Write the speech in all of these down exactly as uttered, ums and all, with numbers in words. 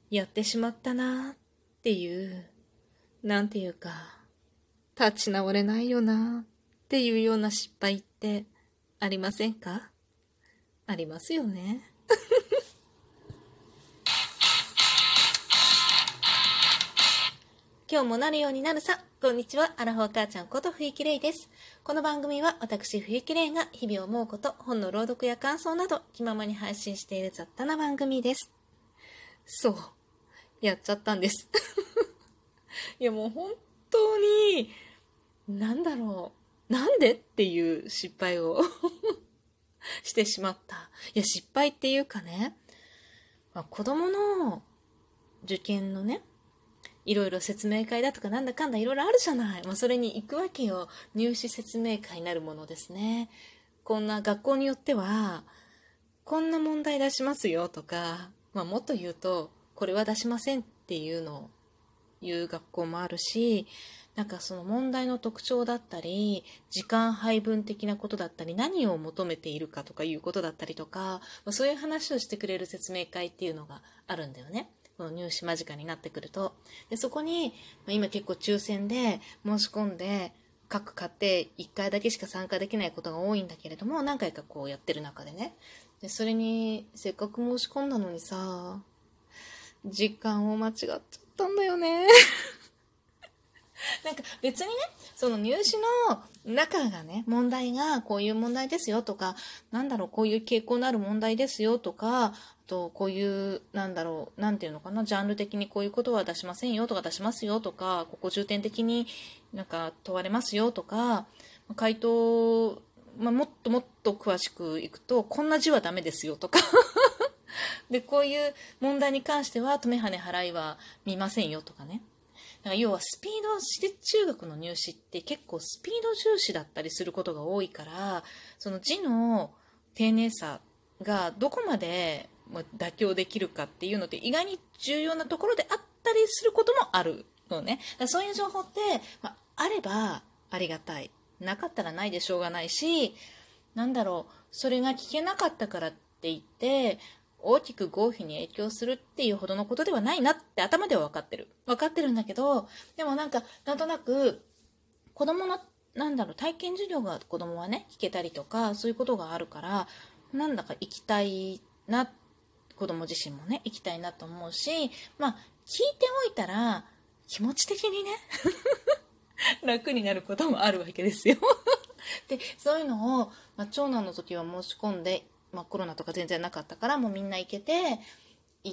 やってしまったなっていう、なんていうか、立ち直れないよなっていうような失敗ってありませんか？ありますよね。今日もなるようになるさ。こんにちは。アラフォー母ちゃんこと冬木玲です。この番組は私冬木玲が日々思うこと、本の朗読や感想など気ままに配信している雑多な番組です。そう。やっちゃったんです。いやもう本当に、なんだろう。なんでっていう失敗をしてしまった。いや失敗っていうかね、まあ、子供の受験のね、いろいろ説明会だとかなんだかんだいろいろあるじゃない。もうそれに行くわけよ。入試説明会になるものですね。こんな学校によっては、こんな問題出しますよとか、まあもっと言うと、これは出しませんっていうのを言う学校もあるし、なんかその問題の特徴だったり、時間配分的なことだったり、何を求めているかとかいうことだったりとか、そういう話をしてくれる説明会っていうのがあるんだよね。この入試間近になってくると。で、そこに、今結構抽選で申し込んで、各家庭いっかいだけしか参加できないことが多いんだけれども、何回かこうやってる中でね。で、それにせっかく申し込んだのにさ、時間を間違っちゃったんだよね。なんか別にね、その入試の中がね、問題がこういう問題ですよとか、なんだろう、こういう傾向のある問題ですよとか、あとこういう、なんだろう、なんていうのかな、ジャンル的にこういうことは出しませんよとか出しますよとか、ここ重点的になんか問われますよとか、回答、まあ、もっともっと詳しくいくと、こんな字はダメですよとか、で、こういう問題に関しては、止めはね払いは見ませんよとかね。だから要はスピード、私立中学の入試って結構スピード重視だったりすることが多いから、その字の丁寧さがどこまで妥協できるかっていうのって意外に重要なところであったりすることもあるのね。だからそういう情報って、まあ、あればありがたい。なかったらないでしょうがないし、なんだろう、それが聞けなかったからって言って、大きく合否に影響するっていうほどのことではないなって頭では分かってる。分かってるんだけど、でもなんか、なんとなく、子供の、なんだろう、体験授業が子供はね、聞けたりとか、そういうことがあるから、なんだか行きたいな、子供自身もね、行きたいなと思うし、まあ、聞いておいたら、気持ち的にね、楽になることもあるわけですよ。で、そういうのを、まあ、長男の時は申し込んで、まあ、コロナとか全然なかったからもうみんな行けて行って、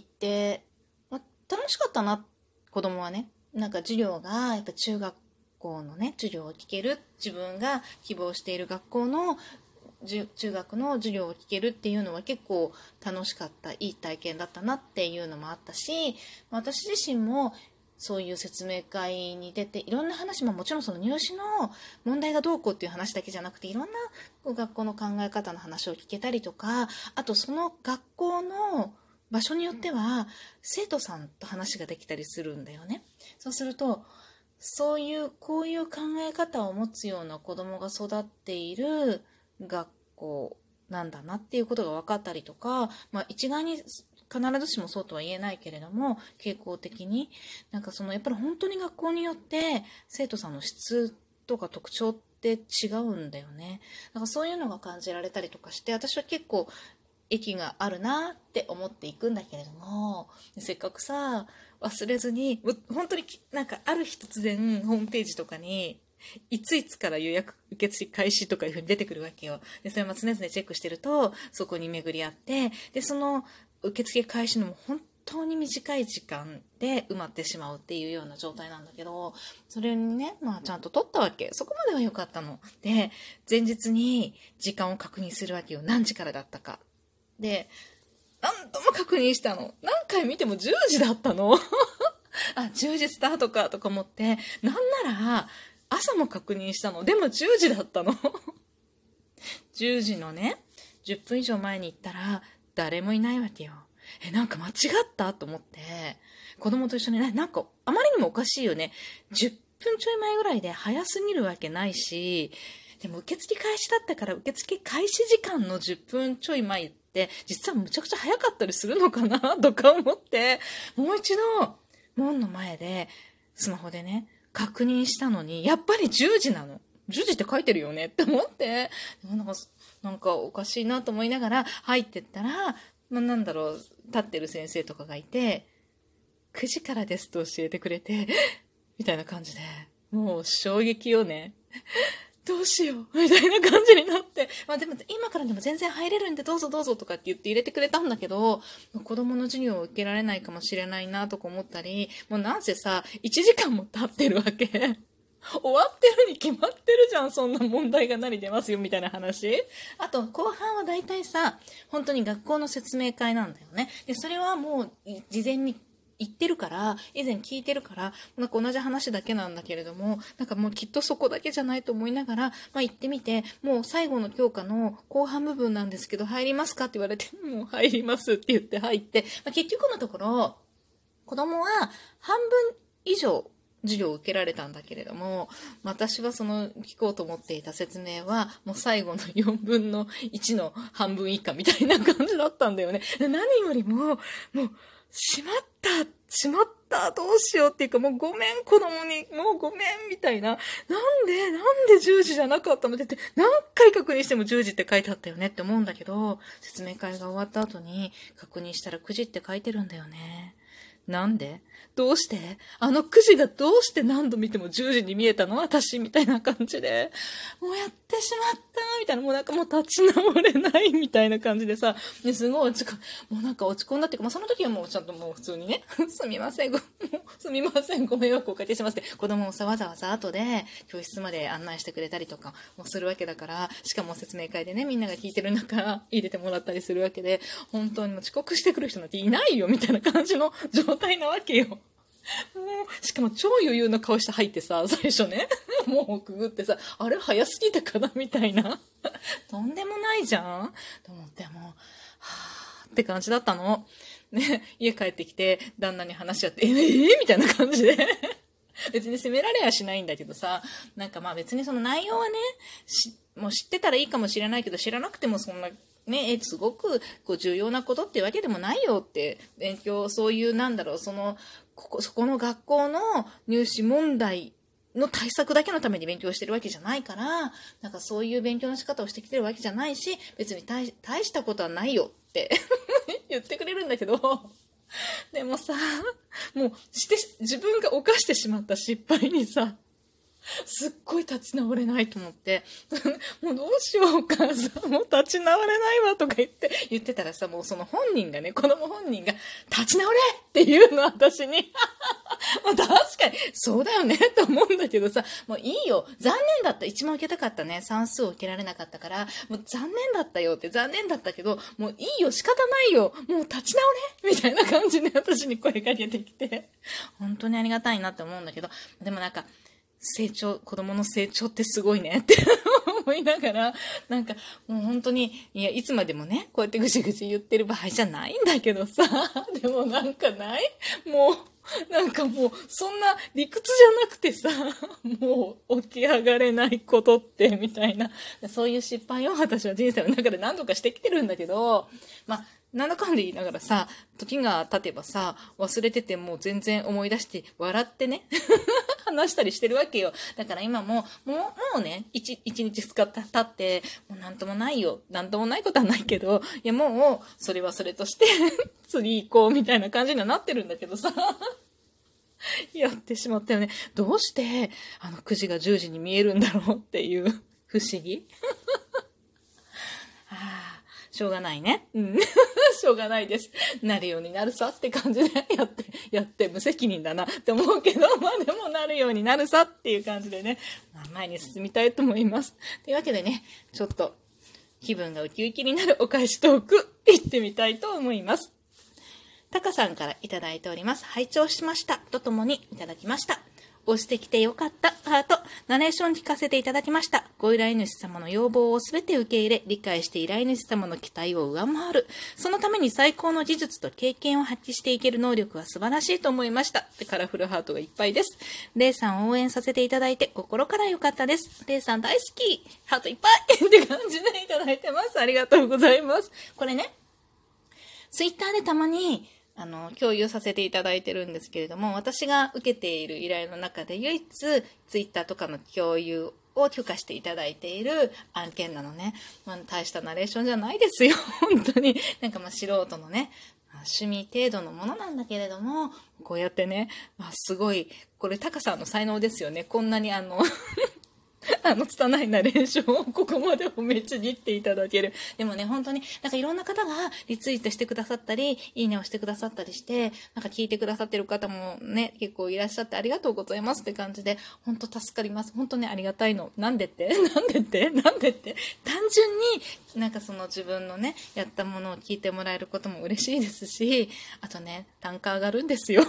まあ、楽しかったな。子供はね、なんか授業がやっぱ中学校のね授業を聞ける、自分が希望している学校の中学の授業を聞けるっていうのは結構楽しかった、いい体験だったなっていうのもあったし、私自身もそういう説明会に出ていろんな話ももちろんその入試の問題がどうこうっていう話だけじゃなくて、いろんな学校の考え方の話を聞けたりとか、あとその学校の場所によっては生徒さんと話ができたりするんだよね。そうするとそういうこういう考え方を持つような子供が育っている学校なんだなっていうことが分かったりとか、まあ、一概に必ずしもそうとは言えないけれども、傾向的になんかそのやっぱり本当に学校によって生徒さんの質とか特徴って違うんだよね。だからそういうのが感じられたりとかして、私は結構益があるなって思っていくんだけれども、せっかくさ忘れずに、本当になんかある日突然ホームページとかにいついつから予約受付開始とかいう風に出てくるわけよ。でそれも常々チェックしてるとそこに巡り合って、でその受付開始のも本当に短い時間で埋まってしまうっていうような状態なんだけど、それにね、まあちゃんと取ったわけ。そこまでは良かったの。で、前日に時間を確認するわけよ。何時からだったか。で、何度も確認したの。何回見てもじゅうじだったの。あ、じゅうじスタートかとか思って、なんなら朝も確認したの。でもじゅうじだったの。じゅうじのね、じゅっぷん以上前に行ったら誰もいないわけよ。え、なんか間違ったと思って、子供と一緒にね、なんかあまりにもおかしいよね。じゅっぷんちょい前ぐらいで早すぎるわけないし、 でも受付開始だったから受付開始時間のじゅっぷんちょい前って実はむちゃくちゃ早かったりするのかなとか思って、もう一度門の前でスマホでね確認したのに、やっぱりじゅうじなの。じゅうじって書いてるよねって思って、なんか、なんかおかしいなと思いながら入ってったら、まあ、なんだろう、立ってる先生とかがいて、くじからですと教えてくれて、みたいな感じで、もう衝撃よね。どうしようみたいな感じになって。まあでも今からでも全然入れるんでどうぞどうぞとかって言って入れてくれたんだけど、子供の授業を受けられないかもしれないなとか思ったり、もうなんせさ、いちじかんも経ってるわけ。終わってるに決まってるじゃん、そんな問題が何出ますよみたいな話。あと後半は大体さ、本当に学校の説明会なんだよね。でそれはもう事前に言ってるから、以前聞いてるから、なんか同じ話だけなんだけれども、なんかもうきっとそこだけじゃないと思いながら、まあ行ってみて、もう最後の教科の後半部分なんですけど入りますかって言われて、もう入りますって言って入って、まあ、結局のところ子供は半分以上授業を受けられたんだけれども、私はその聞こうと思っていた説明はもう最後のよんぶんのいちの半分以下みたいな感じだったんだよね。何よりももうしまったしまったどうしようっていうか、もうごめん子供にもうごめんみたいな、なんでなんでじゅうじじゃなかったのって何回確認してもじゅうじって書いてあったよねって思うんだけど、説明会が終わった後に確認したらくじって書いてるんだよね。なんでどうしてあのくじがどうして何度見てもじゅうじに見えたの私みたいな感じで、もうやってしまったみたいな、もうなんかもう立ち直れないみたいな感じでさ、ですごい落ち込もうなんか落ち込んだっていうか、まあ、その時はもうちゃんともう普通にねすみませんごすみませんご迷惑をおかけしますって子供をさわざわざ後で教室まで案内してくれたりとかもするわけだから、しかも説明会でねみんなが聞いてる中入れてもらったりするわけで、本当にもう遅刻してくる人なんていないよみたいな感じの状態なわけよ。もうしかも超余裕の顔して入ってさ、最初ねもうくぐってさ、あれ早すぎたかなみたいなとんでもないじゃんと思って、もうはーって感じだったのね。家帰ってきて旦那に話し合って、えー、みたいな感じで別に責められはしないんだけどさ、なんかまあ別にその内容はねしもう知ってたらいいかもしれないけど、知らなくてもそんなね、えすごくこう重要なことってわけでもないよって、勉強そういうなんだろう、そのここそこの学校の入試問題の対策だけのために勉強してるわけじゃないから、なんかそういう勉強の仕方をしてきてるわけじゃないし、別に 大, 大したことはないよって言ってくれるんだけど、でもさ、もうして自分が犯してしまった失敗にさ、すっごい立ち直れないと思ってもうどうしようかさ、もう立ち直れないわとか言って言ってたらさ、もうその本人がね、子供本人が立ち直れって言うの私にもう確かにそうだよねと思うんだけどさ、もういいよ、残念だった、一番受けたかったね、算数を受けられなかったから、もう残念だったよって、残念だったけどもういいよ、仕方ないよ、もう立ち直れみたいな感じで私に声かけてきて、本当にありがたいなって思うんだけど、でもなんか成長、子供の成長ってすごいねって思いながら、なんかもう本当に、いやいつまでもねこうやってぐちぐち言ってる場合じゃないんだけどさ、でもなんかないもうなんかもうそんな理屈じゃなくてさ、もう起き上がれないことってみたいな、そういう失敗を私は人生の中で何度かしてきてるんだけど、まあなんだかんだ言いながらさ、時が経てばさ、忘れてても全然思い出して笑ってね話したりしてるわけよ。だから今ももうもうね一一日二日経ってもうなんともないよ、なんともないことはないけど、いやもうそれはそれとして次行こうみたいな感じにはなってるんだけどさやってしまったよね。どうしてあのくじがじゅうじに見えるんだろうっていう不思議はあ、しょうがないね。うん。しょうがないです。なるようになるさって感じでやって、やって無責任だなって思うけど、まあでもなるようになるさっていう感じでね、まあ、前に進みたいと思います。というわけでね、ちょっと気分がウキウキになるお返しトーク、行ってみたいと思います。タカさんからいただいております。拝聴しましたとともにいただきました。 押してきてよかった。ハート。ナレーション聞かせていただきました。ご依頼主様の要望をすべて受け入れ、理解して依頼主様の期待を上回る。そのために最高の技術と経験を発揮していける能力は素晴らしいと思いました。でカラフルハートがいっぱいです。レイさんを応援させていただいて心から良かったです。レイさん大好き。ハートいっぱいって感じでいただいてます。ありがとうございます。これね、ツイッターでたまにあの、共有させていただいてるんですけれども、私が受けている依頼の中で唯一、ツイッターとかの共有を許可していただいている案件なのね。まあ、大したナレーションじゃないですよ。本当に。なんかまあ素人のね、趣味程度のものなんだけれども、こうやってね、まあ、すごい、これタカさんの才能ですよね。こんなにあの、あの、拙いナレーションをここまで褒めちぎっていただける。でもね、本当に、なんかいろんな方がリツイートしてくださったり、いいねをしてくださったりして、なんか聞いてくださってる方もね、結構いらっしゃってありがとうございますって感じで、本当助かります。本当ね、ありがたいの。なんでってなんでってなんでって単純に、なんかその自分のね、やったものを聞いてもらえることも嬉しいですし、あとね、単価上がるんですよ。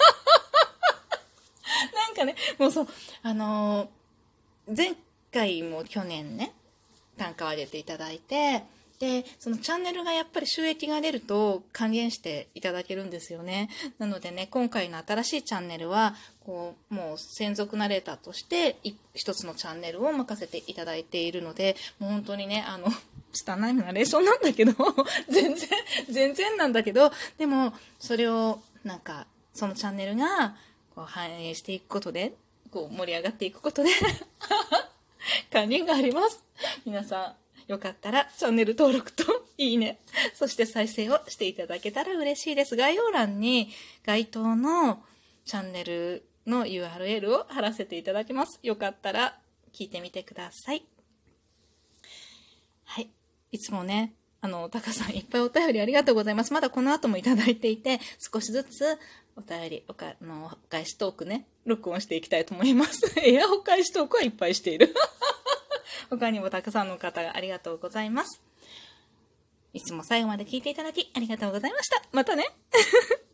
なんかね、もうそう、あのー、前回も去年ね、単価を上げていただいて、で、そのチャンネルがやっぱり収益が出ると還元していただけるんですよね。なのでね、今回の新しいチャンネルは、こう、もう専属ナレーターとして一つのチャンネルを任せていただいているので、もう本当にね、あの、拙いナレーションなんだけど、全然、全然なんだけど、でも、それを、なんか、そのチャンネルが、こう反映していくことで、こう盛り上がっていくことで還元があります。皆さんよかったらチャンネル登録といいね、そして再生をしていただけたら嬉しいです。概要欄に該当のチャンネルの ユーアールエル を貼らせていただきます。よかったら聞いてみてください。はい、いつもね、あのタカさんいっぱいお便りありがとうございます。まだこの後もいただいていて、少しずつお便りおかのお返しトークね、録音していきたいと思います。エアお返しトークはいっぱいしている。他にもたくさんの方がありがとうございます。いつも最後まで聞いていただきありがとうございました。またね。